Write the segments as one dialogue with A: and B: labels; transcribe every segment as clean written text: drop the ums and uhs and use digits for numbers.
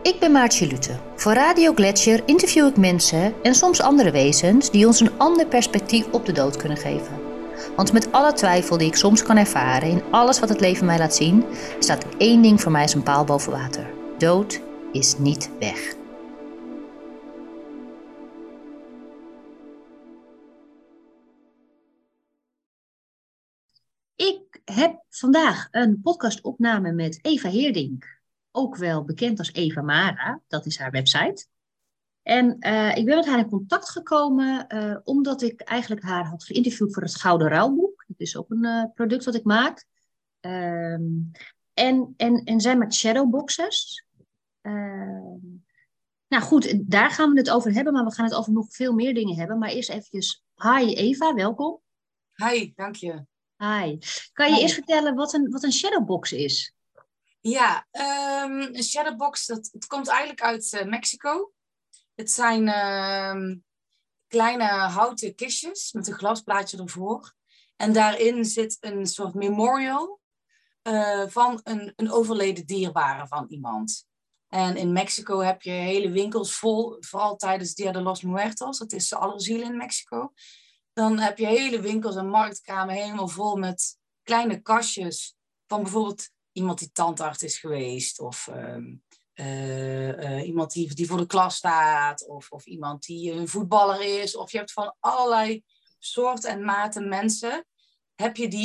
A: Ik ben Maartje Lute. Voor Radio Gletscher interview ik mensen en soms andere wezens die ons een ander perspectief op de dood kunnen geven. Want met alle twijfel die ik soms kan ervaren in alles wat het leven mij laat zien, staat één ding voor mij als een paal boven water. Dood is niet weg. Ik heb vandaag een podcastopname met Eva Heerdink. Ook wel bekend als Eva Mara, dat is haar website. En ik ben met haar in contact gekomen omdat ik eigenlijk haar had geïnterviewd voor het Gouden Rouwboek. Dat is ook een product wat ik maak. En zij maakt shadowboxes. Nou goed, daar gaan we het over hebben, maar we gaan het over nog veel meer dingen hebben. Maar eerst eventjes, hi Eva, welkom.
B: Hi, dank je.
A: Hi. Kan je eerst vertellen wat een shadowbox is?
B: Ja, een shadowbox, het komt eigenlijk uit Mexico. Het zijn kleine houten kistjes met een glasplaatje ervoor. En daarin zit een soort memorial van een overleden dierbare van iemand. En in Mexico heb je hele winkels vol, vooral tijdens Dia de los Muertos, dat is de Allerziel in Mexico. Dan heb je hele winkels en marktkramen helemaal vol met kleine kastjes van bijvoorbeeld iemand die tandarts is geweest of iemand die voor de klas staat of iemand die een voetballer is. Of je hebt van allerlei soorten en maten mensen. Heb je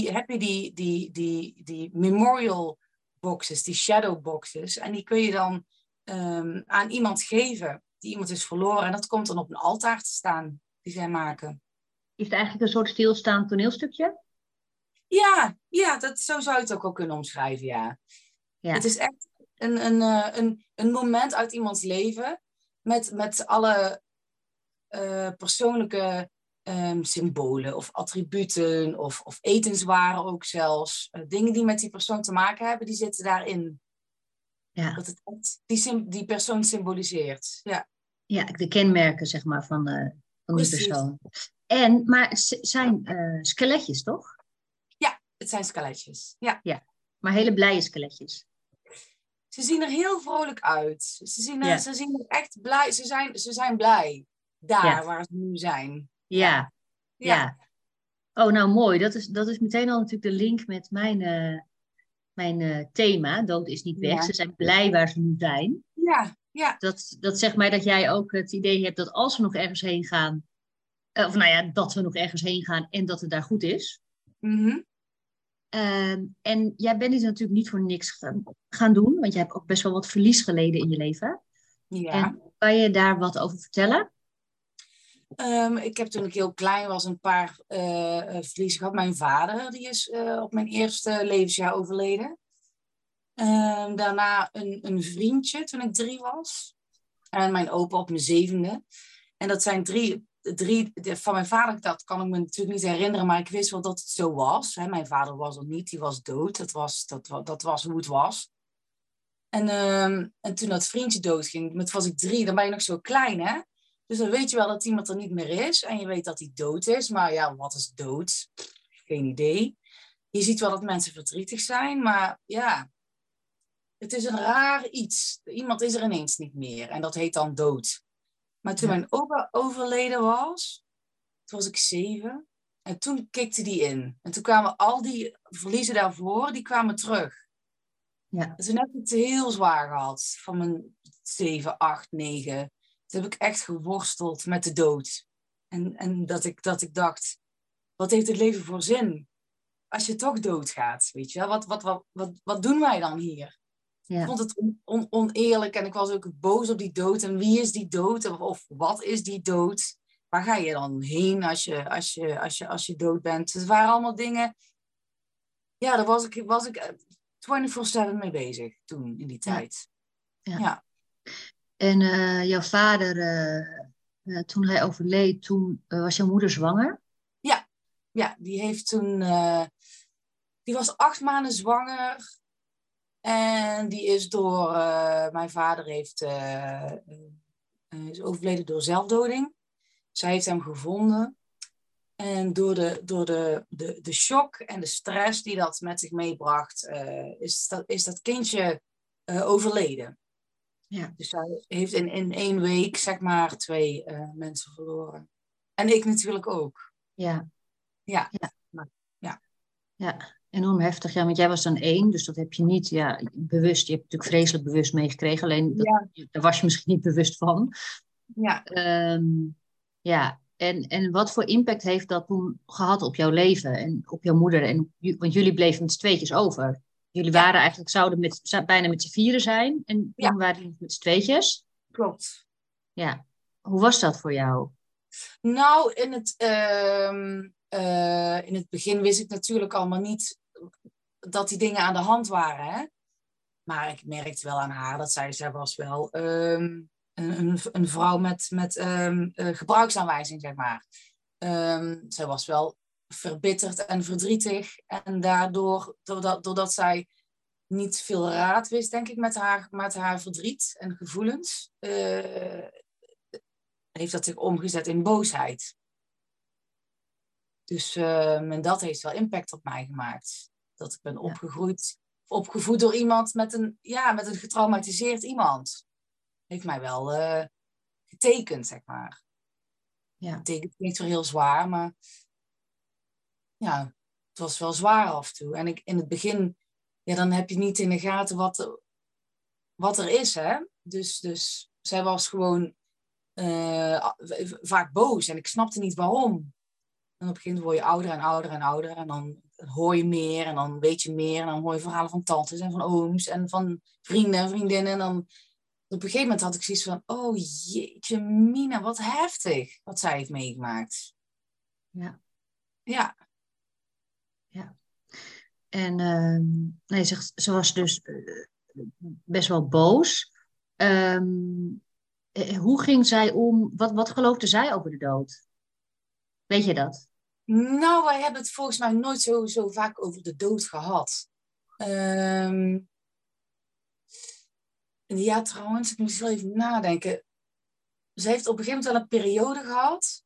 B: die memorial boxes, die shadow boxes. En die kun je dan aan iemand geven die iemand is verloren. En dat komt dan op een altaar te staan die zij maken.
A: Is het eigenlijk een soort stilstaand toneelstukje?
B: Ja, zo zou je het ook wel kunnen omschrijven, ja. Het is echt een moment uit iemands leven met alle persoonlijke symbolen of attributen of etenswaren ook zelfs. Dingen die met die persoon te maken hebben, die zitten daarin.
A: Ja.
B: Dat het die persoon symboliseert, ja.
A: Ja, de kenmerken zeg maar van die persoon. Maar zijn skeletjes, toch?
B: Ja, het zijn skeletjes. Ja,
A: maar hele blije skeletjes.
B: Ze zien er heel vrolijk uit. Ze zien er echt blij. Ze zijn blij daar waar ze nu zijn.
A: Ja. Oh, nou mooi. Dat is meteen al natuurlijk de link met mijn thema. Dood is niet weg. Ze zijn blij waar ze nu zijn.
B: Ja.
A: Dat zegt mij dat jij ook het idee hebt dat als we nog ergens heen gaan, dat we nog ergens heen gaan en dat het daar goed is.
B: Mm-hmm.
A: En jij bent dit natuurlijk niet voor niks gaan doen, want je hebt ook best wel wat verlies geleden in je leven.
B: Ja.
A: En kan je daar wat over vertellen?
B: Ik heb toen ik heel klein was een paar verliezen gehad. Mijn vader die is op mijn eerste levensjaar overleden. Daarna een vriendje toen ik 3 was. En mijn opa op mijn 7e. En dat zijn drie van mijn vader, dat kan ik me natuurlijk niet herinneren, maar ik wist wel dat het zo was. Hè. Mijn vader was er niet, die was dood. Dat was hoe het was. En toen dat vriendje doodging, was ik 3, dan ben je nog zo klein, hè? Dus dan weet je wel dat iemand er niet meer is. En je weet dat hij dood is. Maar ja, wat is dood? Geen idee. Je ziet wel dat mensen verdrietig zijn, maar ja, het is een raar iets. Iemand is er ineens niet meer. En dat heet dan dood. Maar toen mijn opa overleden was, toen was ik 7. En toen kikte die in. En toen kwamen al die verliezen daarvoor, die kwamen terug.
A: Ja.
B: Toen heb ik het heel zwaar gehad. Van mijn 7, 8, 9. Toen heb ik echt geworsteld met de dood. En dat ik dacht, wat heeft het leven voor zin? Als je toch doodgaat, weet je wel? Wat doen wij dan hier? Ja. Ik vond het oneerlijk en ik was ook boos op die dood. En wie is die dood? Of wat is die dood? Waar ga je dan heen als je dood bent? Het waren allemaal dingen. Ja, daar was ik 24/7 mee bezig toen, in die tijd. Ja.
A: En jouw vader, toen hij overleed, toen was jouw moeder zwanger?
B: Ja, die heeft toen... die was 8 maanden zwanger. En die is door... mijn vader is overleden door zelfdoding. Zij heeft hem gevonden. En door de shock en de stress die dat met zich meebracht... is dat kindje overleden.
C: Ja.
B: Dus zij heeft in 1 week, zeg maar, 2 mensen verloren. En ik natuurlijk ook.
C: Ja.
B: Ja.
C: Ja.
B: Maar, ja.
C: Ja, enorm heftig. Ja, want jij was dan 1, dus dat heb je niet bewust. Je hebt het natuurlijk vreselijk bewust meegekregen. Alleen daar was je misschien niet bewust van.
B: Ja.
C: Ja, en wat voor impact heeft dat toen gehad op jouw leven en op jouw moeder? Want jullie bleven met z'n tweetjes over. Jullie waren eigenlijk, zouden bijna met z'n vieren zijn. En toen waren jullie met z'n tweetjes.
B: Klopt.
C: Ja. Hoe was dat voor jou?
B: Nou, in het begin wist ik natuurlijk allemaal niet dat die dingen aan de hand waren. Hè? Maar ik merkte wel aan haar dat zij was wel een vrouw met gebruiksaanwijzing, zeg maar. Zij was wel verbitterd en verdrietig. En daardoor, doordat zij niet veel raad wist, denk ik, met haar verdriet en gevoelens, heeft dat zich omgezet in boosheid. Dus en dat heeft wel impact op mij gemaakt. Dat ik ben opgevoed door iemand met een getraumatiseerd iemand. Heeft mij wel getekend, zeg maar.
C: Ja.
B: Het klinkt wel heel zwaar, maar ja, het was wel zwaar af en toe. En in het begin, dan heb je niet in de gaten wat er is, hè. Dus zij was gewoon vaak boos en ik snapte niet waarom. En op een gegeven moment word je ouder en ouder en ouder. En dan hoor je meer en dan weet je meer. En dan hoor je verhalen van tantes en van ooms en van vrienden en vriendinnen. En dan op een gegeven moment had ik zoiets van... Oh jeetje, Mina, wat heftig wat zij heeft meegemaakt.
C: Ja.
B: Ja.
C: Ja. En nee, ze was dus best wel boos. Hoe ging zij om? Wat geloofde zij over de dood? Weet je dat?
B: Nou, wij hebben het volgens mij nooit zo vaak over de dood gehad. Ja, trouwens, ik moet wel even nadenken. Ze heeft op een gegeven moment wel een periode gehad...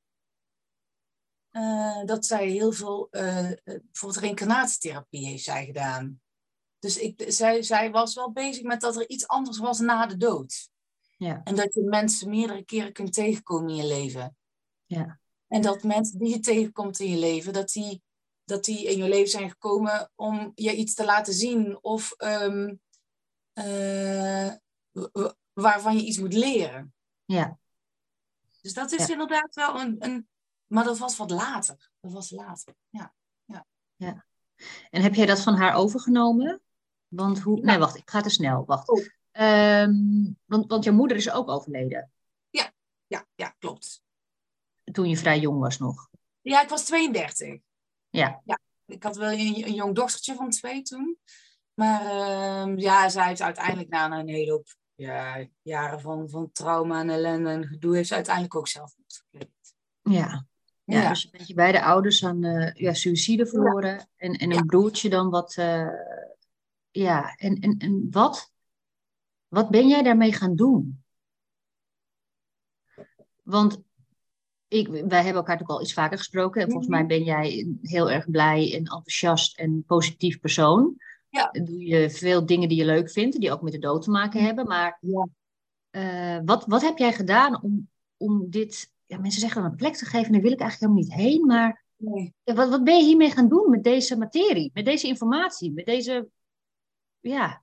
B: dat zij heel veel... bijvoorbeeld reïncarnatietherapie heeft zij gedaan. Dus zij was wel bezig met dat er iets anders was na de dood.
C: Ja.
B: En dat je mensen meerdere keren kunt tegenkomen in je leven.
C: Ja.
B: En dat mensen die je tegenkomt in je leven, dat die in je leven zijn gekomen om je iets te laten zien. Of waarvan je iets moet leren.
C: Ja.
B: Dus dat is inderdaad wel een... Maar dat was wat later. Ja.
C: Ja. En heb jij dat van haar overgenomen? Want hoe... Nee, wacht, ik ga te snel. Wacht.
B: Oh.
C: Want jouw moeder is ook overleden.
B: Ja, klopt.
C: Toen je vrij jong was nog.
B: Ja, ik was 32.
C: Ja.
B: Ik had wel een jong dochtertje van 2 toen. Maar zij heeft uiteindelijk na een hele hoop jaren van trauma en ellende en gedoe, heeft ze uiteindelijk ook zelfmoord gepleegd.
C: Ja, dus een beetje beide ouders aan suïcide verloren. Ja. En een broertje dan wat... En wat ben jij daarmee gaan doen? Want wij hebben elkaar natuurlijk al iets vaker gesproken. En volgens mij ben jij een heel erg blij en enthousiast en positief persoon.
B: Ja.
C: Doe je veel dingen die je leuk vindt, die ook met de dood te maken hebben. Maar wat heb jij gedaan om dit... Ja, mensen zeggen dan een plek te geven. Daar wil ik eigenlijk helemaal niet heen. Maar wat ben je hiermee gaan doen met deze materie? Met deze informatie? Met deze... Ja,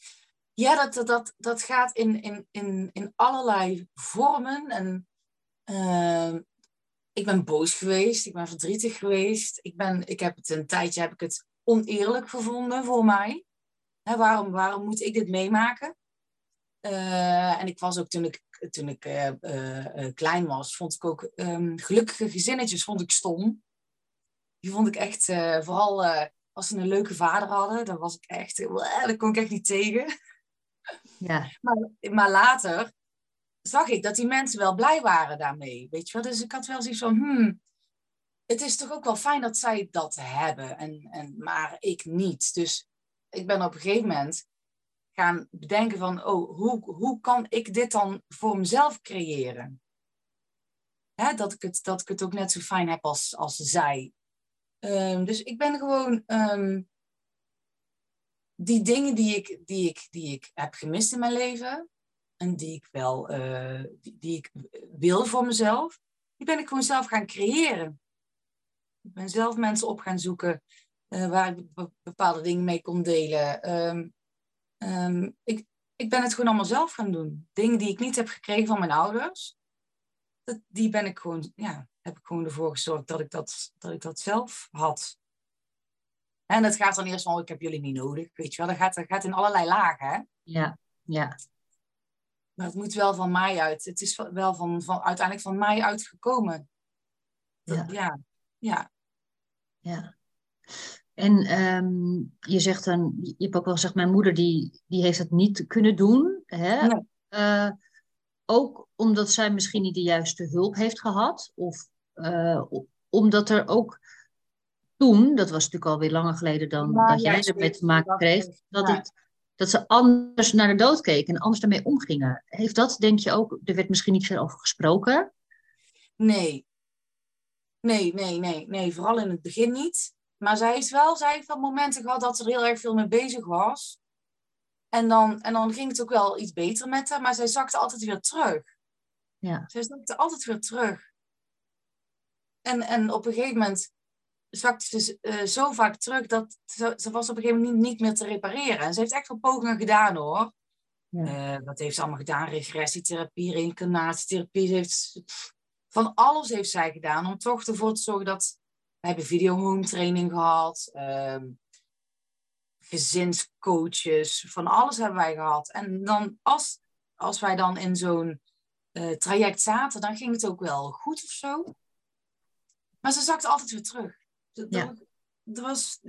B: dat gaat in allerlei vormen. En ik ben boos geweest, ik ben verdrietig geweest. Een tijdje heb ik het oneerlijk gevonden voor mij. Hè, waarom moet ik dit meemaken? En ik was ook toen ik klein was, vond ik ook gelukkige gezinnetjes vond ik stom. Die vond ik echt, vooral als ze een leuke vader hadden, dan was ik echt, daar kon ik echt niet tegen.
C: Ja.
B: Maar later zag ik dat die mensen wel blij waren daarmee, weet je wel. Dus ik had wel zoiets van, het is toch ook wel fijn dat zij dat hebben, maar ik niet. Dus ik ben op een gegeven moment gaan bedenken van, hoe kan ik dit dan voor mezelf creëren? Hè, dat ik het ook net zo fijn heb als zij. Dus ik ben gewoon die dingen die ik heb gemist in mijn leven, en die ik wel die ik wilde voor mezelf, die ben ik gewoon zelf gaan creëren. Ik ben zelf mensen op gaan zoeken waar ik bepaalde dingen mee kon delen. Ik ben het gewoon allemaal zelf gaan doen. Dingen die ik niet heb gekregen van mijn ouders, die ben ik gewoon, heb ik gewoon ervoor gezorgd dat ik dat zelf had. En dat gaat dan eerst van, ik heb jullie niet nodig, weet je wel. Dat gaat in allerlei lagen, hè.
C: Ja, ja.
B: Maar het moet wel van mij uit. Het is wel uiteindelijk van mij uitgekomen. Ja.
C: En je zegt dan, je hebt ook wel gezegd, mijn moeder die heeft het niet kunnen doen. Hè?
B: Nee.
C: Ook omdat zij misschien niet de juiste hulp heeft gehad. Of omdat er ook toen, dat was natuurlijk alweer langer geleden dan dat jij ermee te maken kreeg, dat ze anders naar de dood keken en anders daarmee omgingen. Heeft dat, denk je ook, er werd misschien niet veel over gesproken?
B: Nee, vooral in het begin niet. Maar zij heeft wel momenten gehad dat ze er heel erg veel mee bezig was. En dan ging het ook wel iets beter met haar, maar zij zakte altijd weer terug.
C: Ja.
B: Zij zakte altijd weer terug. En op een gegeven moment zakte ze zo vaak terug dat ze was op een gegeven moment niet meer te repareren. En ze heeft echt wel pogingen gedaan, hoor.
C: Ja.
B: Wat heeft ze allemaal gedaan? Regressietherapie, reïncarnatietherapie. Van alles heeft zij gedaan om toch ervoor te zorgen dat... We hebben video-home training gehad. Gezinscoaches. Van alles hebben wij gehad. En dan als wij dan in zo'n traject zaten, dan ging het ook wel goed of zo. Maar ze zakte altijd weer terug. Dat was,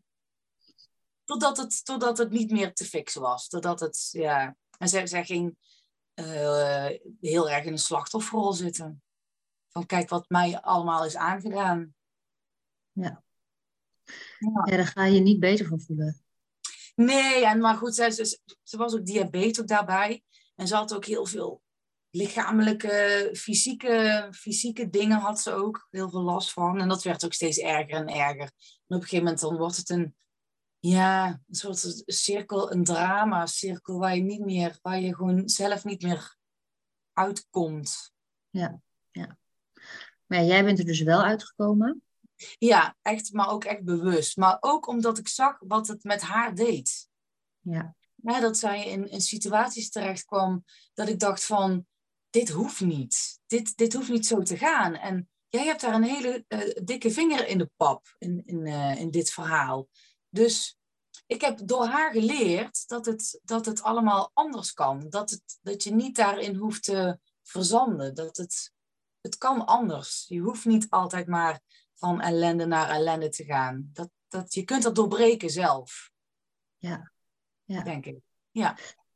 B: totdat het niet meer te fixen was. Totdat het, En zij ging heel erg in een slachtofferrol zitten. Van kijk wat mij allemaal is aangedaan.
C: Ja, daar ga je niet beter van voelen.
B: Nee, maar goed, ze was ook diabetes ook daarbij. En ze had ook heel veel lichamelijke, fysieke dingen had ze ook. Heel veel last van. En dat werd ook steeds erger en erger. En op een gegeven moment dan wordt het een soort cirkel, een drama-cirkel waar je gewoon zelf niet meer uitkomt.
C: Ja. Maar jij bent er dus wel uitgekomen?
B: Ja, echt, maar ook echt bewust. Maar ook omdat ik zag wat het met haar deed.
C: Ja.
B: Dat zij in situaties terecht kwam dat ik dacht van, dit hoeft niet. Dit hoeft niet zo te gaan. En jij hebt daar een hele dikke vinger in de pap in dit verhaal. Dus ik heb door haar geleerd dat het allemaal anders kan. Dat je niet daarin hoeft te verzanden. Het kan anders. Je hoeft niet altijd maar van ellende naar ellende te gaan. Je kunt dat doorbreken zelf.
C: Ja.
B: Denk ik. Ja.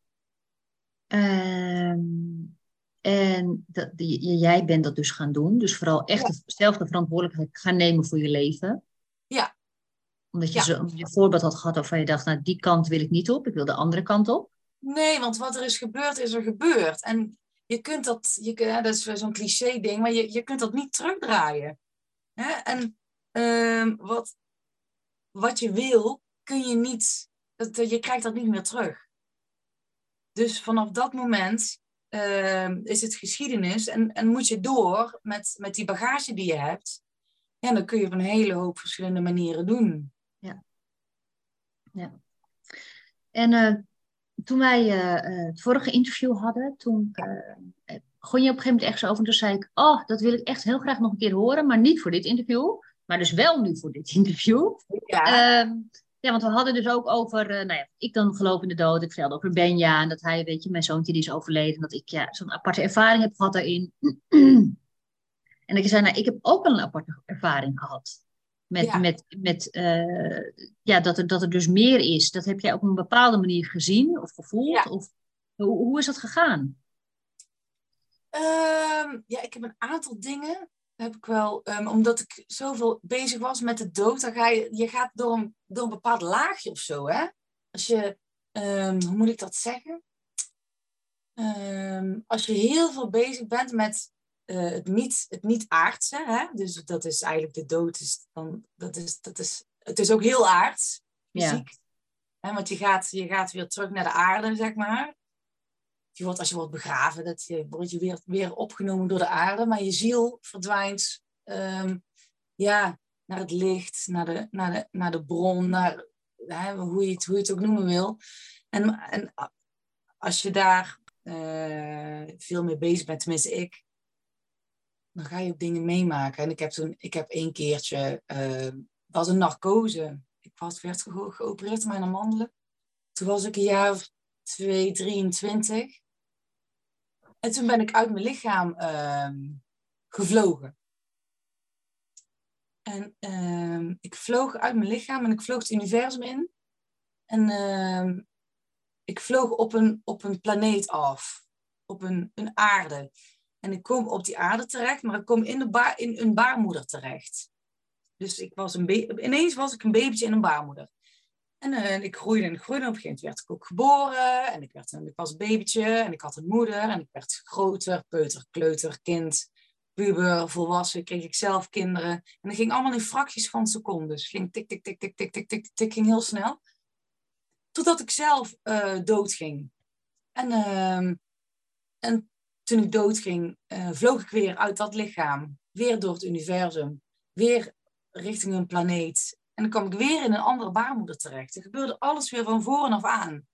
C: En jij bent dat dus gaan doen. Dus vooral echt zelf de verantwoordelijkheid gaan nemen voor je leven.
B: Ja.
C: Omdat je voorbeeld had gehad waarvan je dacht, nou die kant wil ik niet op. Ik wil de andere kant op.
B: Nee, want wat er is er gebeurd. En je kunt dat is zo'n cliché ding, maar je kunt dat niet terugdraaien. Hè? En wat je wil, kun je niet, je krijgt dat niet meer terug. Dus vanaf dat moment is het geschiedenis en moet je door met die bagage die je hebt. Ja, dan kun je op een hele hoop verschillende manieren doen.
C: Ja. En toen wij het vorige interview hadden, toen begon je op een gegeven moment echt zo over. En toen zei ik, dat wil ik echt heel graag nog een keer horen, maar niet voor dit interview. Maar dus wel nu voor dit interview. Ja, want we hadden dus ook over, ik dan geloof in de dood. Ik vertelde over Benja en dat hij, weet je, mijn zoontje die is overleden. Dat ik zo'n aparte ervaring heb gehad daarin. En dat je zei, ik heb ook wel een aparte ervaring gehad. Dat er dus meer is. Dat heb jij op een bepaalde manier gezien of gevoeld? Ja. Of hoe is dat gegaan?
B: Ik heb een aantal dingen. Heb ik wel, omdat ik zoveel bezig was met de dood, dan je gaat door een bepaald laagje of zo, hè? Als je, hoe moet ik dat zeggen? Als je heel veel bezig bent met het niet aardse, hè? Dus dat is eigenlijk de dood, het is ook heel aards, fysiek.
C: Ja.
B: Hè? Want je gaat weer terug naar de aarde, zeg maar. als je wordt begraven, word je weer opgenomen door de aarde, maar je ziel verdwijnt naar het licht, naar de bron, naar hoe je het ook noemen wil. En als je daar veel mee bezig bent, tenminste ik, dan ga je ook dingen meemaken. En ik heb één keertje, was een narcose. Ik werd geopereerd aan mijn amandelen. Toen was ik een jaar of 23. En toen ben ik uit mijn lichaam gevlogen. En ik vloog uit mijn lichaam en ik vloog het universum in. En ik vloog op een planeet af. Op een aarde. En ik kom op die aarde terecht, maar ik kom in een baarmoeder terecht. Dus ineens was ik een babytje in een baarmoeder. En ik groeide en groeide. Op een gegeven moment werd ik ook geboren. En ik was een babytje en ik had een moeder. En ik werd groter, peuter, kleuter, kind, puber, volwassen. Kreeg ik zelf kinderen. En dat ging allemaal in fracties van secondes. Het ging tik, tik, tik, tik, tik, tik, tik, tik, ging heel snel. Totdat ik zelf doodging. En toen ik doodging, vloog ik weer uit dat lichaam. Weer door het universum. Weer richting een planeet. En dan kwam ik weer in een andere baarmoeder terecht. Er gebeurde alles weer van voren af aan.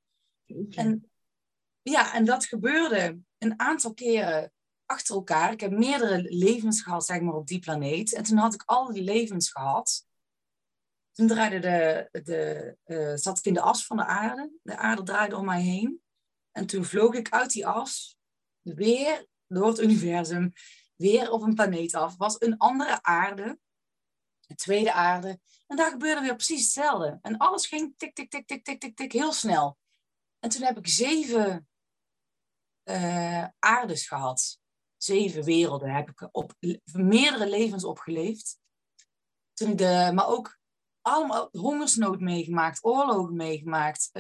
B: En dat gebeurde een aantal keren achter elkaar. Ik heb meerdere levens gehad, zeg maar, op die planeet. En toen had ik al die levens gehad. Toen zat ik in de as van de aarde. De aarde draaide om mij heen. En toen vloog ik uit die as. Weer door het universum. Weer op een planeet af. Was een andere aarde. Een tweede aarde. En daar gebeurde weer precies hetzelfde. En alles ging tik, tik, tik, tik, tik, tik, tik, heel snel. En toen heb ik 7 aardes gehad. 7 werelden heb ik op meerdere levens opgeleefd. Maar ook allemaal hongersnood meegemaakt, oorlogen meegemaakt,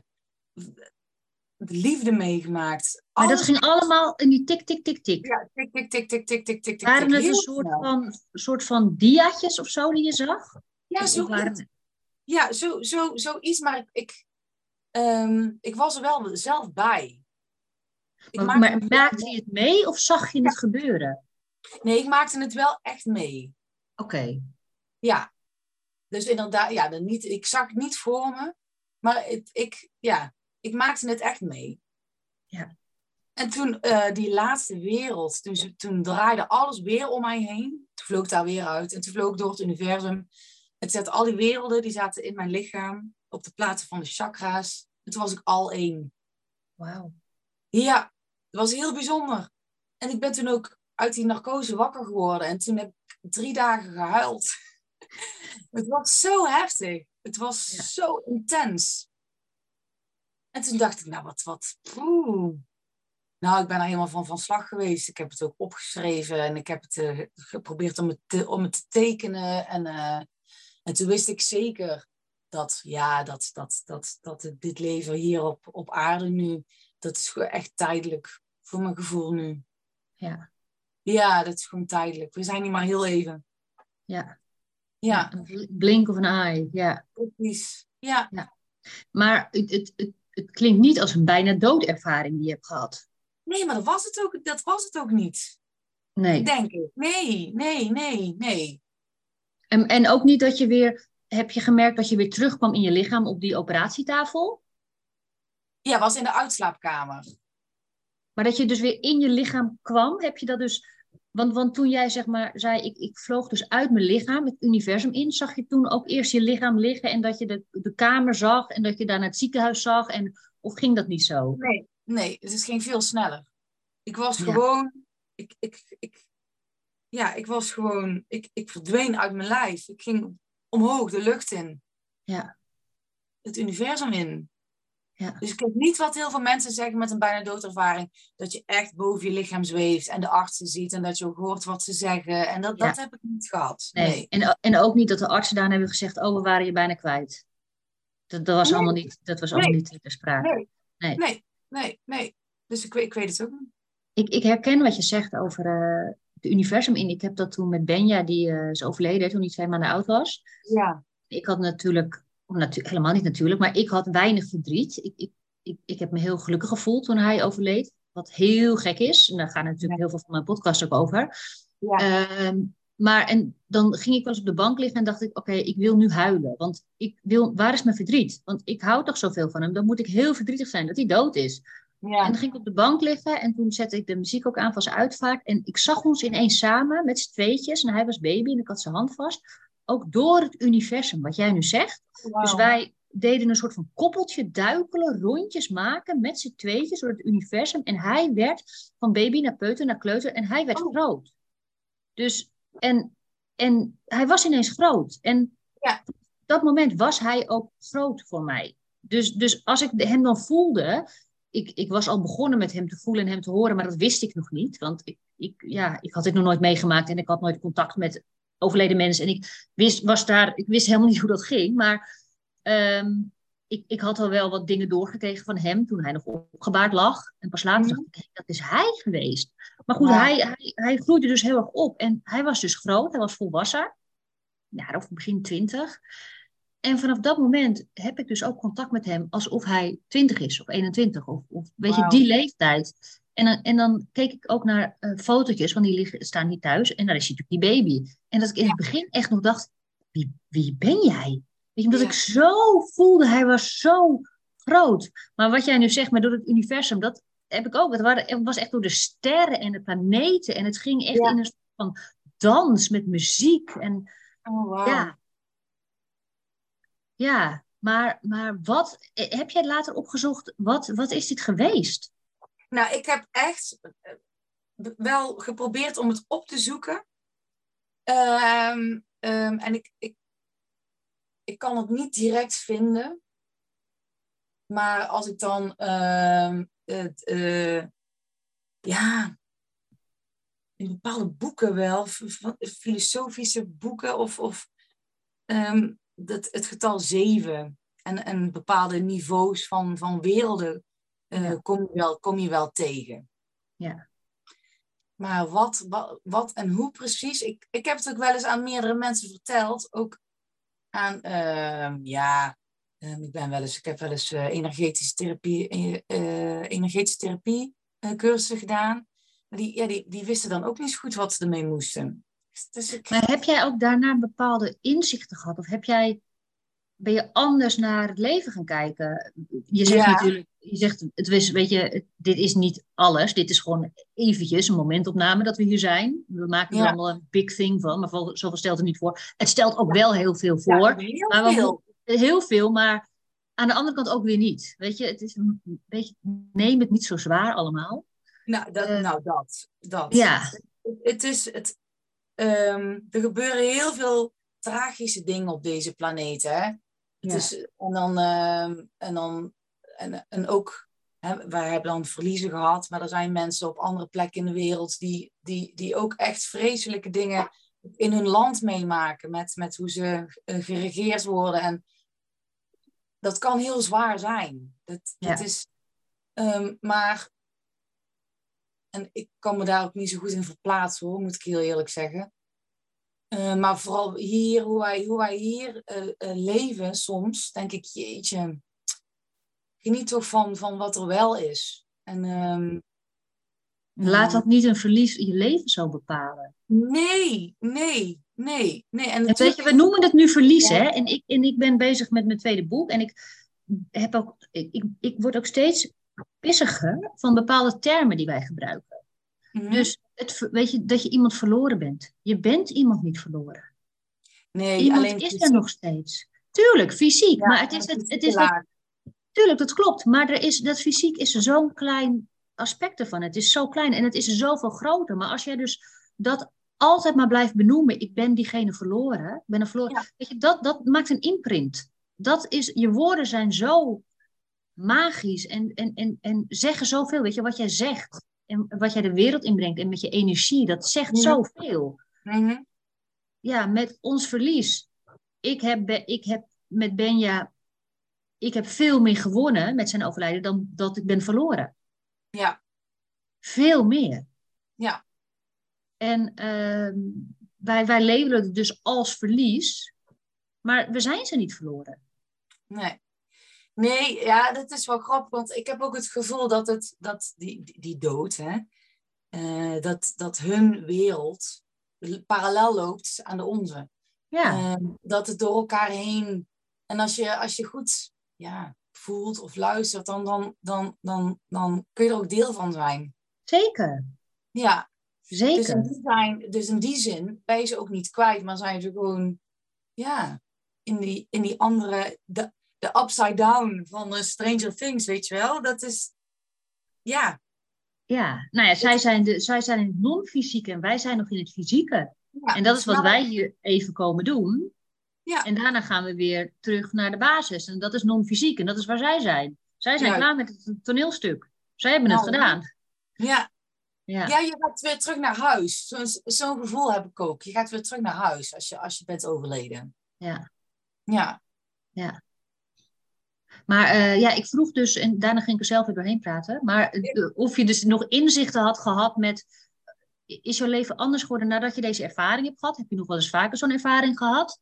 B: liefde meegemaakt.
C: Maar dat ging allemaal in die tik, tik, tik, tik.
B: Ja, tik, tik, tik, tik, tik, tik, tik.
C: Waren het een soort van diaatjes of zo die je zag?
B: Ja, zoiets, maar ik was er wel zelf bij.
C: Maar maakte je het mee of zag je het gebeuren?
B: Nee, ik maakte het wel echt mee.
C: Oké.
B: Ja. Dus inderdaad, ik zag het niet voor me, maar ik maakte het echt mee.
C: Ja.
B: En toen die laatste wereld, toen draaide alles weer om mij heen. Toen vloog ik daar weer uit en toen vloog ik door het universum. Het zat al die werelden, die zaten in mijn lichaam, op de plaatsen van de chakra's. En toen was ik al één.
C: Wauw.
B: Ja, dat was heel bijzonder. En ik ben toen ook uit die narcose wakker geworden. En toen heb ik 3 dagen gehuild. Het was zo heftig. Het was zo intens. En toen dacht ik, nou Nou, ik ben er helemaal van slag geweest. Ik heb het ook opgeschreven. En ik heb het geprobeerd om het te tekenen. En toen wist ik zeker dat dit leven hier op aarde nu, dat is gewoon echt tijdelijk. Voor mijn gevoel nu.
C: Ja.
B: Ja, dat is gewoon tijdelijk. We zijn hier maar heel even.
C: Ja.
B: Ja.
C: Een blink of een eye. Ja.
B: Precies. Ja.
C: Maar het klinkt niet als een bijna doodervaring die je hebt gehad.
B: Nee, maar dat was het ook niet.
C: Nee.
B: Denk ik. Nee.
C: En ook niet dat je weer... Heb je gemerkt dat je weer terugkwam in je lichaam op die operatietafel?
B: Ja, was in de uitslaapkamer.
C: Maar dat je dus weer in je lichaam kwam, heb je dat dus... Want toen jij zeg maar zei, ik vloog dus uit mijn lichaam, het universum in, zag je toen ook eerst je lichaam liggen en dat je de kamer zag en dat je daar naar het ziekenhuis zag? Of ging dat niet zo?
B: Nee, het ging veel sneller. Ik was gewoon... Ik was gewoon... Ik verdween uit mijn lijf. Ik ging omhoog, de lucht in.
C: Ja.
B: Het universum in.
C: Ja.
B: Dus ik heb niet wat heel veel mensen zeggen met een bijna doodervaring, dat je echt boven je lichaam zweeft en de artsen ziet en dat je ook hoort wat ze zeggen. En dat heb ik niet gehad. Nee.
C: En ook niet dat de artsen daar hebben gezegd, we waren je bijna kwijt. Dat was allemaal niet ter sprake.
B: Nee. Dus ik weet het ook niet.
C: Ik herken wat je zegt over het universum in. Ik heb dat toen met Benja, die is overleden toen hij 2 maanden oud was.
B: Ja.
C: Ik had natuurlijk, helemaal niet natuurlijk, maar ik had weinig verdriet. ik heb me heel gelukkig gevoeld toen hij overleed. Wat heel gek is. En daar gaan natuurlijk heel veel van mijn podcast ook over.
B: Ja.
C: Maar en dan ging ik wel eens op de bank liggen en dacht ik, oké, ik wil nu huilen. Want waar is mijn verdriet? Want ik hou toch zoveel van hem. Dan moet ik heel verdrietig zijn dat hij dood is.
B: Ja.
C: En dan ging ik op de bank liggen en toen zette ik de muziek ook aan van zijn uitvaart. En ik zag ons ineens samen met z'n tweetjes. En hij was baby en ik had zijn hand vast. Ook door het universum, wat jij nu zegt.
B: Wow.
C: Dus wij deden een soort van koppeltje duikelen, rondjes maken met z'n tweetjes door het universum. En hij werd van baby naar peuter naar kleuter en hij werd groot. Dus, en hij was ineens groot. En op dat moment was hij ook groot voor mij. Dus als ik hem dan voelde, ik was al begonnen met hem te voelen en hem te horen, maar dat wist ik nog niet. Want ik had dit nog nooit meegemaakt en ik had nooit contact met overleden mensen. En ik wist helemaal niet hoe dat ging. Maar ik had al wel wat dingen doorgekregen van hem toen hij nog opgebaard lag. En pas later dacht ik, dat is hij geweest. Maar goed, hij groeide dus heel erg op. En hij was dus groot, hij was volwassen. Ja, of begin 20. En vanaf dat moment heb ik dus ook contact met hem alsof hij 20 is of 21. Of weet je, die leeftijd. En dan keek ik ook naar fotootjes, want die staan niet thuis. En daar is natuurlijk die baby. En dat ik in het begin echt nog dacht, wie ben jij? Weet je, omdat ik zo voelde, hij was zo groot. Maar wat jij nu zegt, maar door het universum, dat heb ik ook. Het was echt door de sterren en de planeten. En het ging echt in een soort van dans met muziek. En ja, maar wat heb jij later opgezocht? Wat is dit geweest?
B: Nou, ik heb echt wel geprobeerd om het op te zoeken. En ik kan het niet direct vinden. Maar als ik dan in bepaalde boeken wel, filosofische boeken of het getal 7 en bepaalde niveaus van werelden kom je wel tegen.
C: Ja.
B: Maar wat en hoe precies? Ik heb het ook wel eens aan meerdere mensen verteld. Ook aan, ik heb wel eens energetische therapie cursussen gedaan. Maar die wisten dan ook niet zo goed wat ze ermee moesten. Dus
C: Maar heb jij ook daarna bepaalde inzichten gehad? Of ben je anders naar het leven gaan kijken? Je zegt natuurlijk, weet je, dit is niet alles. Dit is gewoon eventjes een momentopname dat we hier zijn. We maken er allemaal een big thing van, maar zoveel stelt het niet voor. Het stelt ook wel heel veel voor. Heel veel, maar aan de andere kant ook weer niet. Weet je, het is een beetje, neem het niet zo zwaar allemaal.
B: Dat.
C: Ja.
B: Er gebeuren heel veel tragische dingen op deze planeet, hè? En ook, hè, wij hebben dan verliezen gehad, maar er zijn mensen op andere plekken in de wereld die ook echt vreselijke dingen in hun land meemaken met hoe ze geregeerd worden. En dat kan heel zwaar zijn. Dat is, maar, en ik kan me daar ook niet zo goed in verplaatsen, hoor, moet ik heel eerlijk zeggen. Maar vooral hier, hoe wij hier leven soms, denk ik, jeetje, geniet toch van wat er wel is. En,
C: laat dat niet een verlies in je leven zo bepalen.
B: Nee. En
C: weet je, we noemen het nu verlies, hè? En ik ben bezig met mijn tweede boek. En ik word ook steeds pissiger van bepaalde termen die wij gebruiken. Mm-hmm. Dus weet je, dat je iemand verloren bent. Je bent iemand niet verloren.
B: Nee,
C: iemand
B: alleen
C: is er nog steeds. Tuurlijk, fysiek. Ja, maar het is tuurlijk, dat klopt. Maar dat fysiek is zo'n klein aspect ervan. Het is zo klein en het is zoveel groter. Maar als jij dus dat altijd maar blijft benoemen, ik ben diegene verloren. Ik ben een verloren. Ja. Weet je, dat maakt een imprint. Je woorden zijn zo magisch en zeggen zoveel. Weet je, wat jij zegt en wat jij de wereld inbrengt en met je energie, dat zegt zoveel.
B: Mm-hmm.
C: Ja, met ons verlies. Ik heb met Benja, ik heb veel meer gewonnen met zijn overlijden dan dat ik ben verloren.
B: Ja.
C: Veel meer.
B: Ja.
C: En wij labelen het dus als verlies, maar we zijn ze niet verloren.
B: Nee. Nee, ja, dat is wel grappig. Want ik heb ook het gevoel dat die dood, hè, dat hun wereld parallel loopt aan de onze.
C: Ja,
B: Dat het door elkaar heen... En als je goed voelt of luistert, dan kun je er ook deel van zijn.
C: zeker.
B: Ja,
C: Zeker.
B: dus in die zin ben je ze ook niet kwijt, maar zijn ze gewoon in die andere... De upside down van Stranger Things, weet je wel? Dat is... Ja.
C: Ja, nou ja, zij zijn in het non-fysieke en wij zijn nog in het fysieke.
B: Ja,
C: En dat is wat wij hier even komen doen.
B: Ja.
C: En daarna gaan we weer terug naar de basis. En dat is non-fysiek. En dat is waar zij zijn. Zij zijn klaar met het toneelstuk. Zij hebben het gedaan.
B: Ja.
C: Ja.
B: Ja, je gaat weer terug naar huis. Zo'n gevoel heb ik ook. Je gaat weer terug naar huis als je bent overleden.
C: Ja.
B: Ja.
C: Ja. Maar ik vroeg dus, en daarna ging ik er zelf weer doorheen praten, maar of je dus nog inzichten had gehad met, is jouw leven anders geworden nadat je deze ervaring hebt gehad? Heb je nog wel eens vaker zo'n ervaring gehad?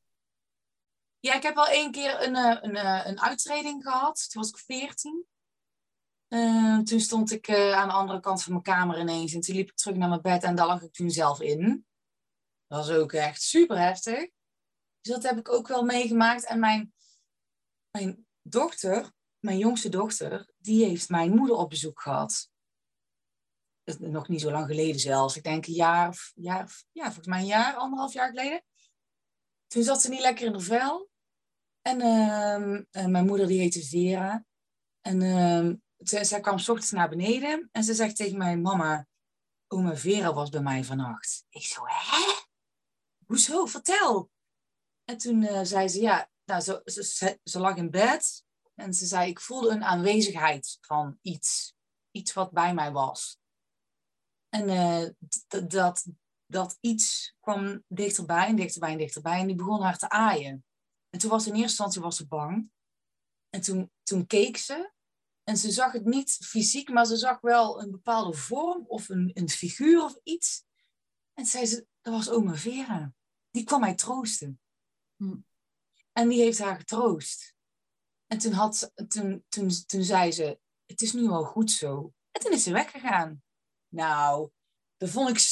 B: Ja, ik heb wel 1 keer een uittreding gehad. Toen was ik 14. Toen stond ik aan de andere kant van mijn kamer ineens. En toen liep ik terug naar mijn bed en daar lag ik toen zelf in. Dat was ook echt super heftig. Dus dat heb ik ook wel meegemaakt. En mijn dochter, mijn jongste dochter, die heeft mijn moeder op bezoek gehad. Dat is nog niet zo lang geleden zelfs. Ik denk volgens mij een jaar, 1,5 jaar geleden. Toen zat ze niet lekker in haar vel. En mijn moeder die heette Vera. En zij kwam 's ochtends naar beneden. En ze zegt tegen mij, mama, oma Vera was bij mij vannacht. Ik zo, hè? Hoezo? Vertel. En toen zei ze, ja, nou, ze lag in bed. En ze zei, ik voelde een aanwezigheid van iets. Iets wat bij mij was. En dat iets kwam dichterbij en dichterbij en dichterbij. En die begon haar te aaien. En toen was in eerste instantie ze bang. En toen keek ze. En ze zag het niet fysiek, maar ze zag wel een bepaalde vorm of een figuur of iets. En zei ze, dat was oma Vera. Die kwam mij troosten. En die heeft haar getroost. En toen zei ze, het is nu al goed zo. En toen is ze weggegaan. Nou, dat vond ik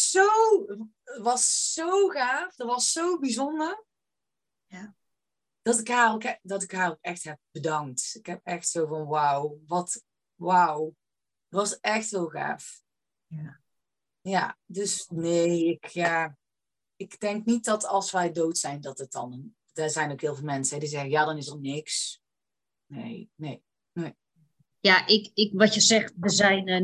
B: was zo gaaf. Dat was zo bijzonder.
C: Ja.
B: Dat ik haar ook echt heb bedankt. Ik heb echt zo van, wauw. Dat was echt heel gaaf.
C: Ja.
B: Ja, dus nee, ik denk niet dat als wij dood zijn, dat het dan... Er zijn ook heel veel mensen die zeggen, ja, dan is er niks. Nee.
C: Ja, wat je zegt, we zijn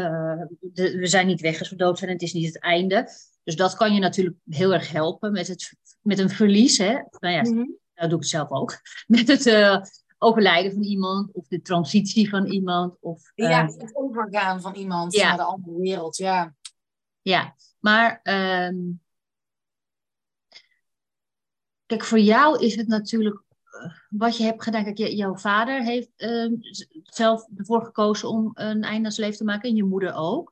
C: niet weg als we dood zijn. Het is niet het einde. Dus dat kan je natuurlijk heel erg helpen met een verlies. Hè? Nou ja, dat doe ik het zelf ook. Met het overlijden van iemand of de transitie van iemand. Of,
B: het overgaan van iemand naar de andere wereld, ja.
C: Ja, maar kijk, voor jou is het natuurlijk wat je hebt gedaan. Kijk, jouw vader heeft zelf ervoor gekozen om een einde aan zijn leven te maken en je moeder ook.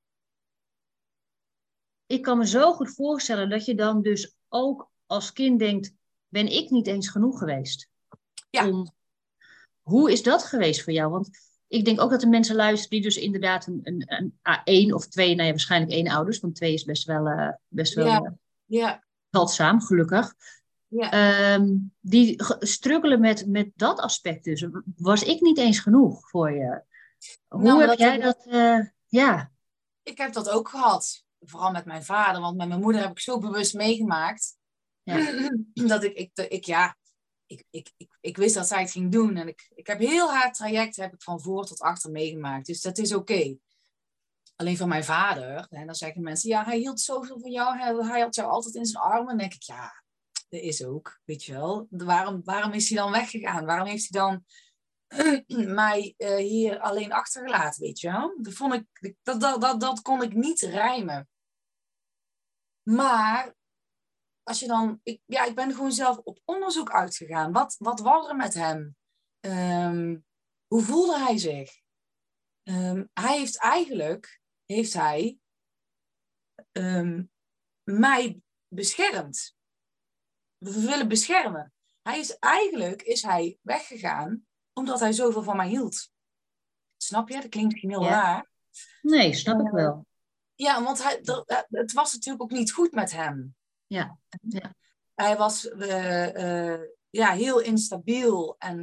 C: Ik kan me zo goed voorstellen dat je dan dus ook als kind denkt, ben ik niet eens genoeg geweest?
B: Ja.
C: Hoe is dat geweest voor jou? Want ik denk ook dat er mensen luisteren die dus inderdaad een 1 of 2, nou ja, waarschijnlijk 1 ouders, want 2 is best wel zeldzaam, gelukkig.
B: Ja.
C: Die struggelen met dat aspect dus. Was ik niet eens genoeg voor je? Hoe heb jij dat?
B: Ik heb dat ook gehad. Vooral met mijn vader, want met mijn moeder heb ik zo bewust meegemaakt. Ja. Dat ik wist dat zij het ging doen. En ik heb heel haar traject heb ik van voor tot achter meegemaakt. Dus dat is oké. Alleen van mijn vader, en dan zeggen mensen, ja, hij hield zoveel van jou. Hij had jou altijd in zijn armen. En dan denk ik, ja, dat is ook, weet je wel. Waarom is hij dan weggegaan? Waarom heeft hij dan mij hier alleen achtergelaten, weet je wel? Dat kon ik niet rijmen. Maar als je dan... Ik ben gewoon zelf op onderzoek uitgegaan. Wat was er met hem? Hoe voelde hij zich? Hij heeft eigenlijk... mij beschermd. We willen beschermen. Is hij weggegaan Omdat hij zoveel van mij hield. Snap je? Dat klinkt misschien heel raar.
C: Nee, snap ik wel.
B: Ja, want het was natuurlijk ook niet goed met hem.
C: Ja.
B: Hij was heel instabiel. En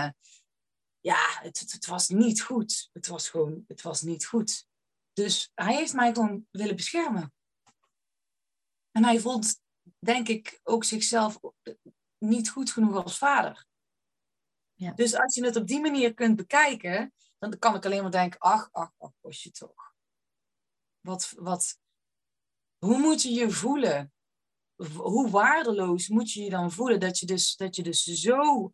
B: het was niet goed. Het was niet goed. Dus hij heeft mij gewoon willen beschermen. En hij vond, denk ik, ook zichzelf niet goed genoeg als vader.
C: Ja.
B: Dus als je het op die manier kunt bekijken, dan kan ik alleen maar denken, ach, Osje toch. Hoe moet je je voelen? Hoe waardeloos moet je je dan voelen dat je dus zo,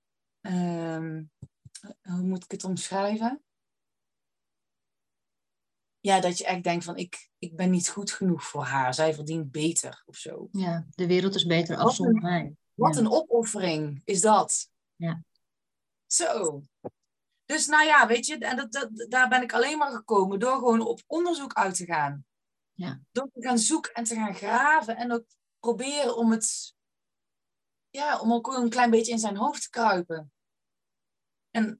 B: hoe moet ik het omschrijven? Ja, dat je echt denkt van, ik ben niet goed genoeg voor haar. Zij verdient beter of zo.
C: Ja, de wereld is beter af zonder mij.
B: Wat een opoffering is dat.
C: Ja.
B: Zo. Dus nou ja, weet je, en daar ben ik alleen maar gekomen door gewoon op onderzoek uit te gaan.
C: Ja.
B: Door te gaan zoeken en te gaan graven en ook proberen om ook een klein beetje in zijn hoofd te kruipen. En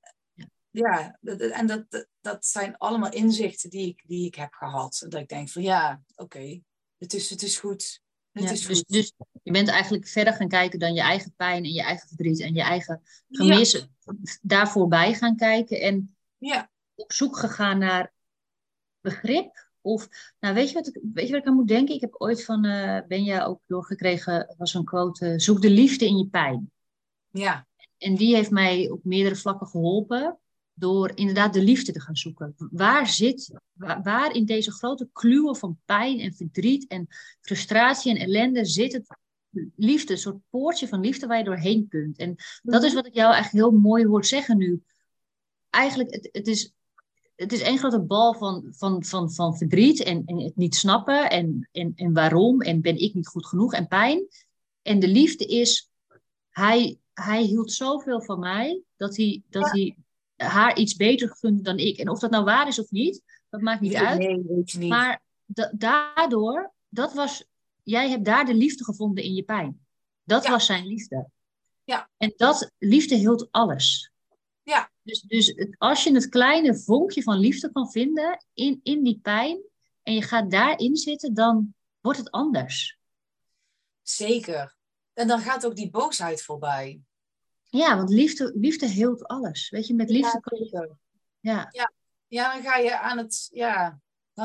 B: dat zijn allemaal inzichten die ik heb gehad. Dat ik denk van oké, het is goed. Het is goed.
C: Dus je bent eigenlijk verder gaan kijken dan je eigen pijn en je eigen verdriet en je eigen gemis. Daar voorbij gaan kijken en op zoek gegaan naar begrip. Of, nou weet je wat ik aan moet denken? Ik heb ooit van Benja ook doorgekregen, was een quote, zoek de liefde in je pijn.
B: Ja.
C: En die heeft mij op meerdere vlakken geholpen door inderdaad de liefde te gaan zoeken. Waar in deze grote kluwen van pijn en verdriet en frustratie en ellende zit het liefde, een soort poortje van liefde waar je doorheen kunt. En dat is wat ik jou eigenlijk heel mooi hoor zeggen nu. Eigenlijk, het is één grote bal van verdriet en het niet snappen en waarom en ben ik niet goed genoeg en pijn. En de liefde is, hij hield zoveel van mij dat hij haar iets beter gunde dan ik. En of dat nou waar is of niet, dat maakt niet uit.
B: Nee, weet je niet.
C: Maar daardoor, jij hebt daar de liefde gevonden in je pijn. Dat was zijn liefde.
B: Ja.
C: En liefde hield alles.
B: Ja.
C: Dus als je het kleine vonkje van liefde kan vinden in die pijn en je gaat daarin zitten, dan wordt het anders.
B: Zeker. En dan gaat ook die boosheid voorbij.
C: Ja, want liefde hield alles. Weet je, met liefde kan je...
B: Ja, dan ga je aan het... Ja,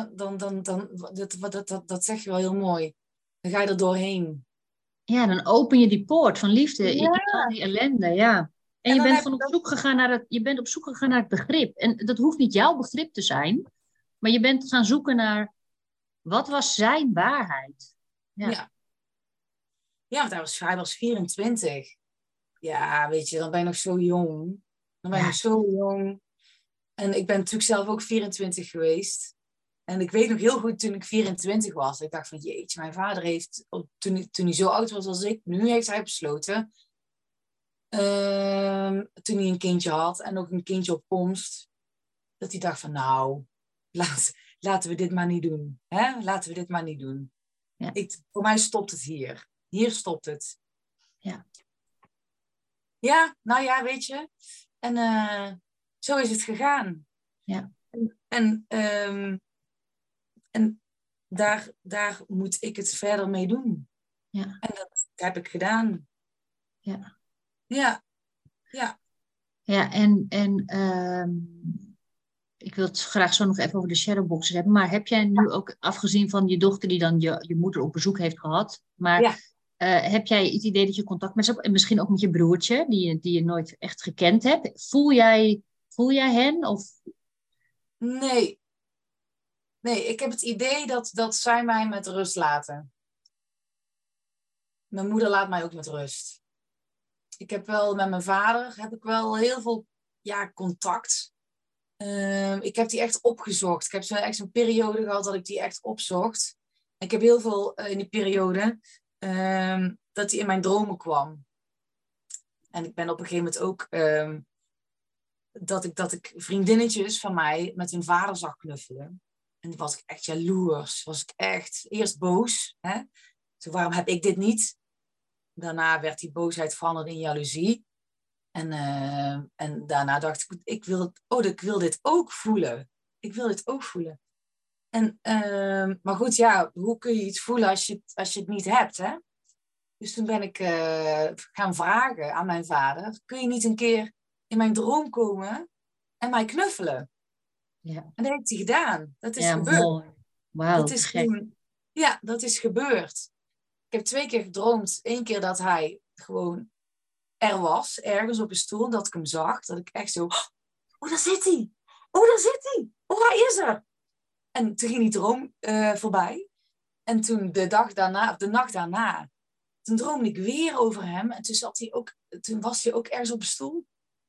B: dat zeg je wel heel mooi. Dan ga je er doorheen.
C: Ja, dan open je die poort van liefde in al die ellende, ja. En je bent op zoek gegaan naar het begrip. En dat hoeft niet jouw begrip te zijn. Maar je bent gaan zoeken naar... Wat was zijn waarheid?
B: Ja, want hij was 24. Ja, weet je, dan ben je nog zo jong. En ik ben natuurlijk zelf ook 24 geweest. En ik weet nog heel goed toen ik 24 was. Ik dacht van jeetje, mijn vader heeft, toen hij zo oud was als ik, nu heeft hij besloten. Toen hij een kindje had en ook een kindje op komst. Dat hij dacht van nou, laten we dit maar niet doen. Hè? Laten we dit maar niet doen. Ja. Voor mij stopt het hier. Hier stopt het.
C: Ja.
B: Ja, nou ja, weet je. En zo is het gegaan.
C: Ja.
B: En daar moet ik het verder mee doen.
C: Ja.
B: En dat heb ik gedaan.
C: Ja.
B: Ja. Ja.
C: Ja, en ik wil het graag zo nog even over de shadowboxers hebben. Maar heb jij nu ook, afgezien van je dochter die dan je moeder op bezoek heeft gehad, maar heb jij het idee dat je contact met ze hebt? En misschien ook met je broertje, die je nooit echt gekend hebt. Voel jij hen? Of...
B: Nee, ik heb het idee dat zij mij met rust laten. Mijn moeder laat mij ook met rust. Ik heb wel met mijn vader heel veel contact. Ik heb die echt opgezocht. Ik heb echt zo'n periode gehad dat ik die echt opzocht. Ik heb heel veel in die periode dat hij in mijn dromen kwam. En ik ben op een gegeven moment ook dat ik vriendinnetjes van mij met hun vader zag knuffelen. En was ik echt jaloers. Was ik echt eerst boos. Hè? Zo, waarom heb ik dit niet? Daarna werd die boosheid veranderd in jaloezie. En daarna dacht ik, ik wil dit ook voelen. Ik wil dit ook voelen. Maar goed, ja, hoe kun je iets voelen als je het niet hebt, hè? Dus toen ben ik gaan vragen aan mijn vader, kun je niet een keer in mijn droom komen en mij knuffelen?
C: Ja.
B: En dat heeft hij gedaan. Dat is gebeurd.
C: Mooi. Wauw,
B: dat is
C: gek.
B: gewoon, ja, dat is gebeurd. Ik heb 2 keer gedroomd. 1 keer dat hij gewoon er was, ergens op een stoel, dat ik hem zag. Dat ik echt zo, oh, daar zit hij. Oh, daar zit hij. Oh, hij is er. En toen ging die droom voorbij. En toen de nacht daarna, toen droomde ik weer over hem. En toen was hij ook ergens op een stoel.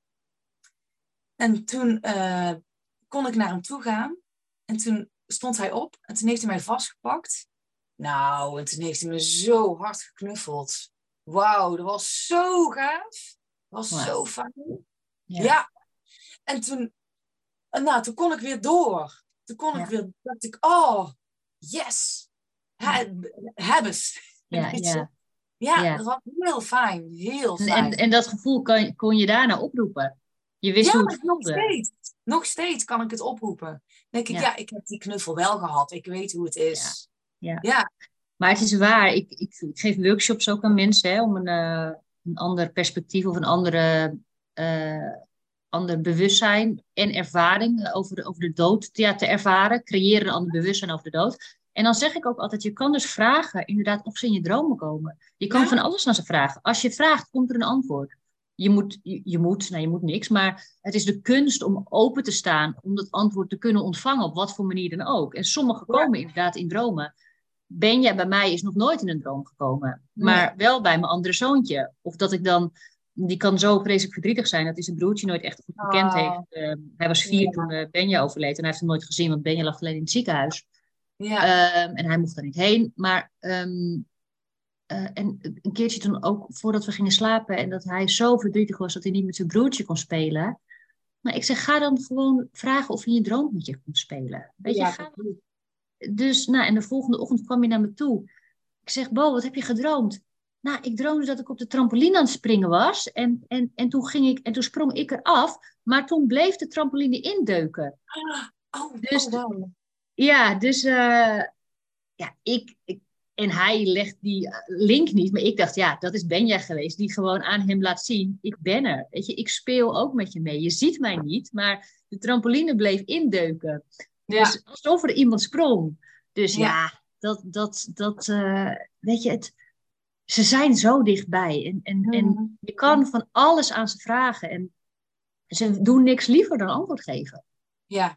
B: En toen kon ik naar hem toe gaan. En toen stond hij op. En toen heeft hij mij vastgepakt. Nou, en toen heeft hij me zo hard geknuffeld. Wauw, dat was zo gaaf. Dat was zo fijn. Ja. En toen kon ik weer door. Dacht ik, oh, yes. Hebbes. Ja, dat was heel fijn. Heel fijn.
C: En dat gevoel kon je daarna oproepen? Je wist hoe het voelde?
B: Nog steeds kan ik het oproepen. Dan denk ik, ik heb die knuffel wel gehad. Ik weet hoe het is. Ja.
C: Maar het is waar. Ik geef workshops ook aan mensen, hè, om een ander perspectief of een ander bewustzijn en ervaring over de dood te ervaren. Creëren een ander bewustzijn over de dood. En dan zeg ik ook altijd, je kan dus vragen inderdaad of ze in je dromen komen. Je kan van alles aan ze vragen. Als je vraagt, komt er een antwoord. Je moet niks, maar het is de kunst om open te staan, om dat antwoord te kunnen ontvangen op wat voor manier dan ook. En sommigen komen inderdaad in dromen. Benja bij mij is nog nooit in een droom gekomen, maar wel bij mijn andere zoontje. Of dat ik dan, die kan zo vreselijk verdrietig zijn, dat hij zijn broertje nooit echt goed gekend heeft. Hij was 4 toen Benja overleed en hij heeft hem nooit gezien, want Benja lag alleen in het ziekenhuis. En hij mocht er niet heen, maar... en een keertje toen ook, voordat we gingen slapen, en dat hij zo verdrietig was dat hij niet met zijn broertje kon spelen. Maar ik zeg, ga dan gewoon vragen of hij in je droom met je kon spelen. Weet je, ga. Dus, en de volgende ochtend kwam hij naar me toe. Ik zeg, Bo, wat heb je gedroomd? Nou, ik droomde dat ik op de trampoline aan het springen was. En toen sprong ik eraf, maar toen bleef de trampoline indeuken. En hij legt die link niet, maar ik dacht, dat is Benja geweest, die gewoon aan hem laat zien, ik ben er. Weet je, ik speel ook met je mee. Je ziet mij niet, maar de trampoline bleef indeuken. Dus alsof er iemand sprong. Dus weet je, ze zijn zo dichtbij. En je kan van alles aan ze vragen. En ze doen niks liever dan antwoord geven.
B: Ja,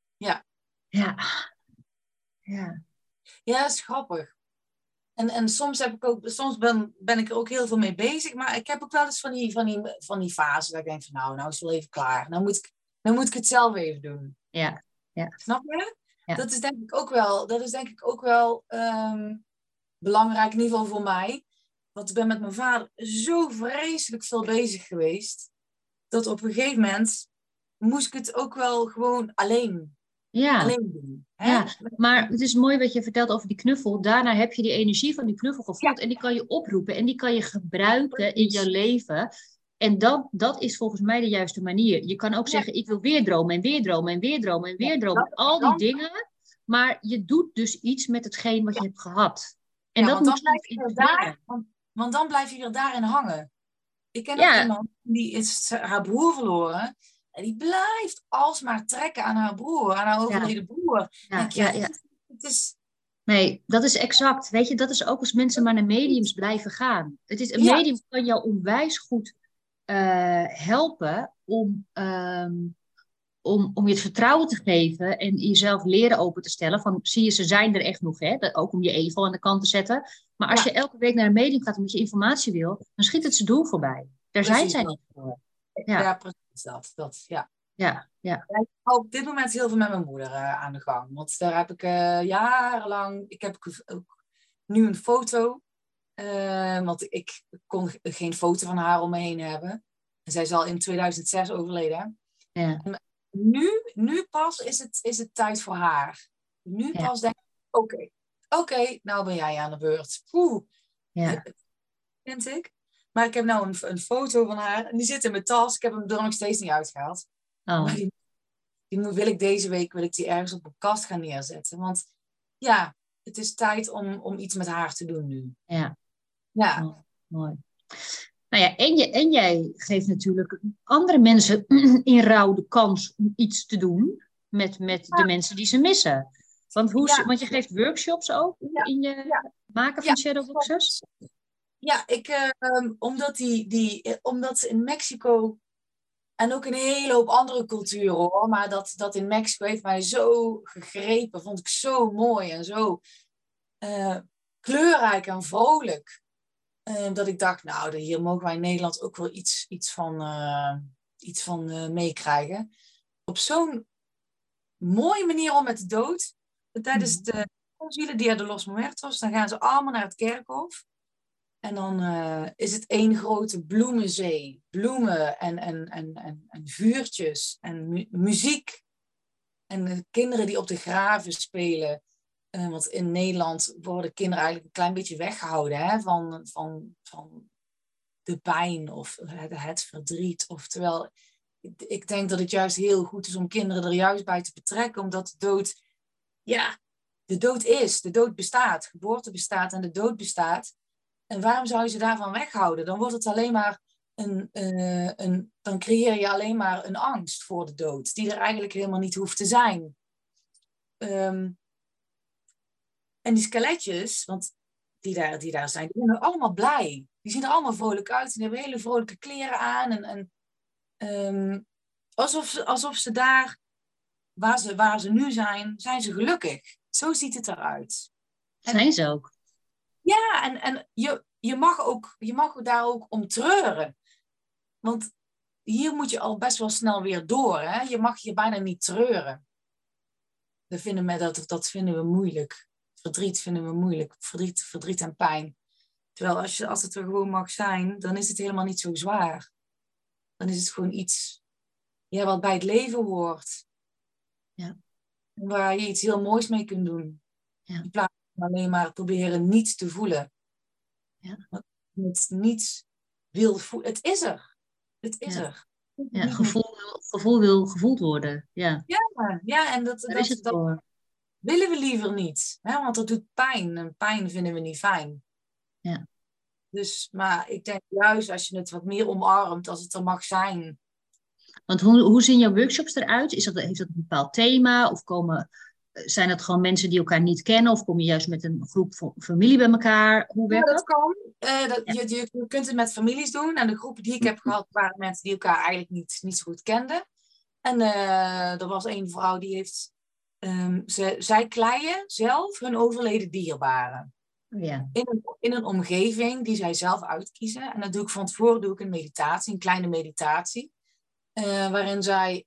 B: dat is grappig. En soms ben ik er ook heel veel mee bezig, maar ik heb ook wel eens van die fase dat ik denk van nou is het wel even klaar. Nou moet ik het zelf even doen.
C: Ja.
B: Snap je? Ja. Dat is denk ik ook wel belangrijk, in ieder geval voor mij. Want ik ben met mijn vader zo vreselijk veel bezig geweest, dat op een gegeven moment moest ik het ook wel gewoon alleen doen. Hè?
C: Ja, maar het is mooi wat je vertelt over die knuffel. Daarna heb je die energie van die knuffel gevoeld en die kan je oproepen en die kan je gebruiken in je leven. En dat is volgens mij de juiste manier. Je kan ook zeggen, ik wil weer dromen en weer dromen en weer dromen en weer dromen. Al die dingen, maar je doet dus iets met hetgeen wat je hebt gehad. En dat moet
B: want dan blijf je er daarin hangen. Ik ken ook iemand, die is haar broer verloren. En die blijft alsmaar trekken aan haar broer, aan haar overleden broer. Het is...
C: Nee, dat is exact. Weet je, dat is ook als mensen maar naar mediums blijven gaan. Een medium kan jou onwijs goed helpen om je het vertrouwen te geven en jezelf leren open te stellen. Van, zie je, ze zijn er echt nog, hè? Ook om je ego aan de kant te zetten. Maar als je elke week naar een medium gaat omdat je informatie wil, dan schiet het zijn doel voorbij. Daar zijn zij niet voor.
B: Ja, precies dat. Ja. Ik hou op dit moment heel veel met mijn moeder aan de gang. Want daar heb ik jarenlang... Ik heb ook nu een foto. Want ik kon geen foto van haar om me heen hebben. En zij is al in 2006 overleden.
C: Ja.
B: Nu pas is het tijd voor haar. Nu pas denk ik... Oké, nou ben jij aan de beurt. Vind ik. Maar ik heb nou een foto van haar. En die zit in mijn tas. Ik heb hem er nog steeds niet uitgehaald.
C: Oh.
B: Maar wil ik deze week die ergens op een kast gaan neerzetten. Want ja, het is tijd om iets met haar te doen nu.
C: Ja.
B: Ja.
C: Oh, mooi. Nou ja, en jij geeft natuurlijk andere mensen in rouw de kans om iets te doen met de mensen die ze missen. Want je geeft workshops ook in je maken van shadowboxers?
B: Ja, omdat ze in Mexico en ook in een hele hoop andere culturen hoor, maar dat in Mexico heeft mij zo gegrepen, vond ik zo mooi en zo kleurrijk en vrolijk. Dat ik dacht, nou, hier mogen wij in Nederland ook wel iets van meekrijgen. Op zo'n mooie manier om met de dood. Tijdens de Concilia Dia de los Muertos, dan gaan ze allemaal naar het kerkhof. En dan is het één grote bloemenzee. Bloemen en vuurtjes en muziek. En de kinderen die op de graven spelen. Want in Nederland worden kinderen eigenlijk een klein beetje weggehouden hè, van de pijn of het verdriet. Terwijl ik denk dat het juist heel goed is om kinderen er juist bij te betrekken. Omdat de dood, de dood is. De dood bestaat. Geboorte bestaat en de dood bestaat. En waarom zou je ze daarvan weghouden? Dan wordt het alleen maar dan creëer je alleen maar een angst voor de dood. Die er eigenlijk helemaal niet hoeft te zijn. En die skeletjes, want die daar zijn, die zijn allemaal blij. Die zien er allemaal vrolijk uit. En die hebben hele vrolijke kleren aan. Alsof ze daar, waar ze nu zijn ze gelukkig. Zo ziet het eruit.
C: Zijn ze ook?
B: Ja, en je mag daar ook om treuren. Want hier moet je al best wel snel weer door. Hè? Je mag hier bijna niet treuren. Dat vinden we moeilijk. Verdriet vinden we moeilijk. Verdriet en pijn. Terwijl als het er gewoon mag zijn, dan is het helemaal niet zo zwaar. Dan is het gewoon iets wat bij het leven hoort.
C: Ja.
B: Waar je iets heel moois mee kunt doen.
C: Ja.
B: In plaats van alleen maar proberen niets te voelen.
C: Ja.
B: Het niet wil voelen. Het is er. Het is er.
C: Ja, gevoel wil gevoeld worden. Ja,
B: en dat willen we liever niet. Hè? Want dat doet pijn. En pijn vinden we niet fijn.
C: Ja.
B: Dus, maar ik denk juist als je het wat meer omarmt, als het er mag zijn.
C: Want hoe zien jouw workshops eruit? Heeft dat een bepaald thema? Of zijn dat gewoon mensen die elkaar niet kennen? Of kom je juist met een groep familie bij elkaar? Hoe werkt dat?
B: Kan. Je kunt het met families doen. En de groepen die ik heb gehad waren mensen die elkaar eigenlijk niet zo goed kenden. En er was een vrouw die heeft... zij kleien zelf hun overleden dierbaren.
C: Ja.
B: In een omgeving die zij zelf uitkiezen. En dat doe ik van tevoren een meditatie, een kleine meditatie. Waarin zij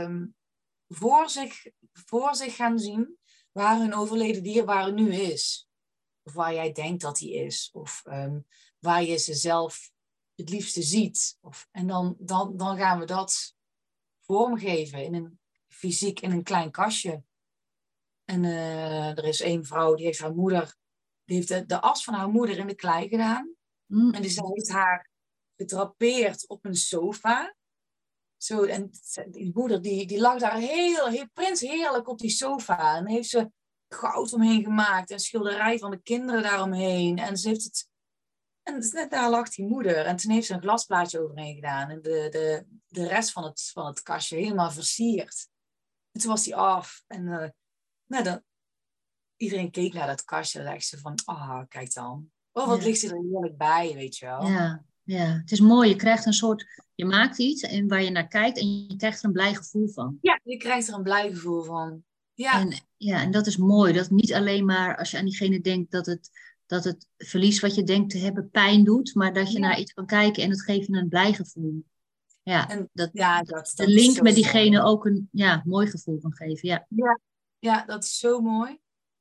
B: voor zich gaan zien waar hun overleden dierbare nu is. Of waar jij denkt dat die is. Of waar je ze zelf het liefste ziet. En dan gaan we dat vormgeven fysiek in een klein kastje. En er is één vrouw die heeft haar moeder... Die heeft de as van haar moeder in de klei gedaan. En dus zij heeft haar gedrapeerd op een sofa. Zo, en die moeder die lag daar heel heerlijk op die sofa. En heeft ze goud omheen gemaakt. En schilderij van de kinderen daaromheen. En ze heeft het... En dus net daar lag die moeder. En toen heeft ze een glasplaatje overheen gedaan. En de rest van het kastje helemaal versierd. En toen was die af. En iedereen keek naar dat kastje. En dacht ze van, kijk dan. Oh, wat ligt ze er heerlijk bij, weet je wel.
C: Ja, het is mooi. Je krijgt een soort... Je maakt iets en waar je naar kijkt en je krijgt er een blij gevoel van.
B: Ja, je krijgt er een blij gevoel van. Ja.
C: En dat is mooi. Dat niet alleen maar als je aan diegene denkt dat het verlies wat je denkt te hebben pijn doet, maar dat je naar iets kan kijken en het geeft je een blij gevoel. Ja,
B: en
C: dat
B: de
C: link met diegene ook een mooi gevoel kan geven.
B: Ja, dat is zo mooi.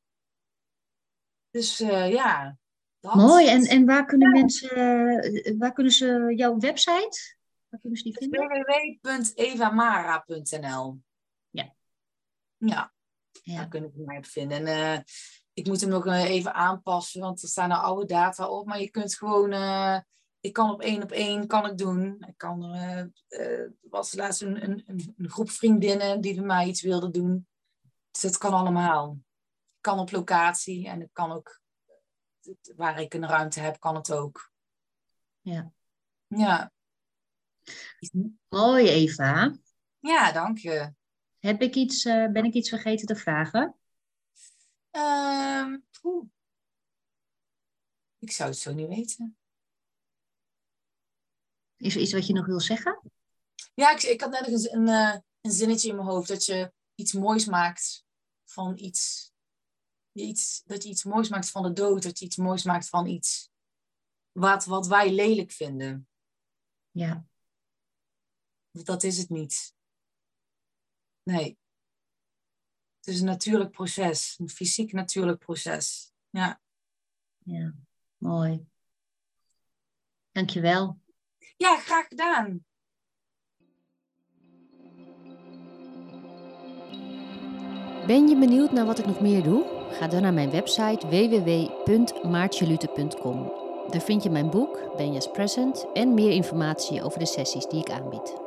B: Dus dat.
C: Mooi. En waar kunnen mensen, waar kunnen ze jouw website, waar kunnen ze die vinden?
B: www.evamara.nl. Ja, daar kunnen ze mij op vinden. En ik moet hem nog even aanpassen, want er staan er oude data op. Maar je kunt gewoon Ik kan op één kan ik doen. Ik kan, was laatst een groep vriendinnen die bij mij iets wilden doen. Dus dat kan allemaal. Ik kan op locatie en ik kan ook, waar ik een ruimte heb, kan het ook.
C: Ja.
B: Ja.
C: Mooi, Eva.
B: Ja, dank je.
C: Ben ik iets vergeten te vragen?
B: Ik zou het zo niet weten.
C: Is er iets wat je nog wil zeggen?
B: Ja, ik had net een zinnetje in mijn hoofd. Dat je iets moois maakt van iets. Dat je iets moois maakt van de dood. Dat je iets moois maakt van iets wat wij lelijk vinden.
C: Ja.
B: Dat is het niet. Nee. Het is een natuurlijk proces. Een fysiek natuurlijk proces. Ja.
C: Ja, mooi. Dankjewel.
B: Ja, graag gedaan.
A: Ben je benieuwd naar wat ik nog meer doe? Ga dan naar mijn website www.maartjelute.com. Daar vind je mijn boek, Benja's Present, en meer informatie over de sessies die ik aanbied.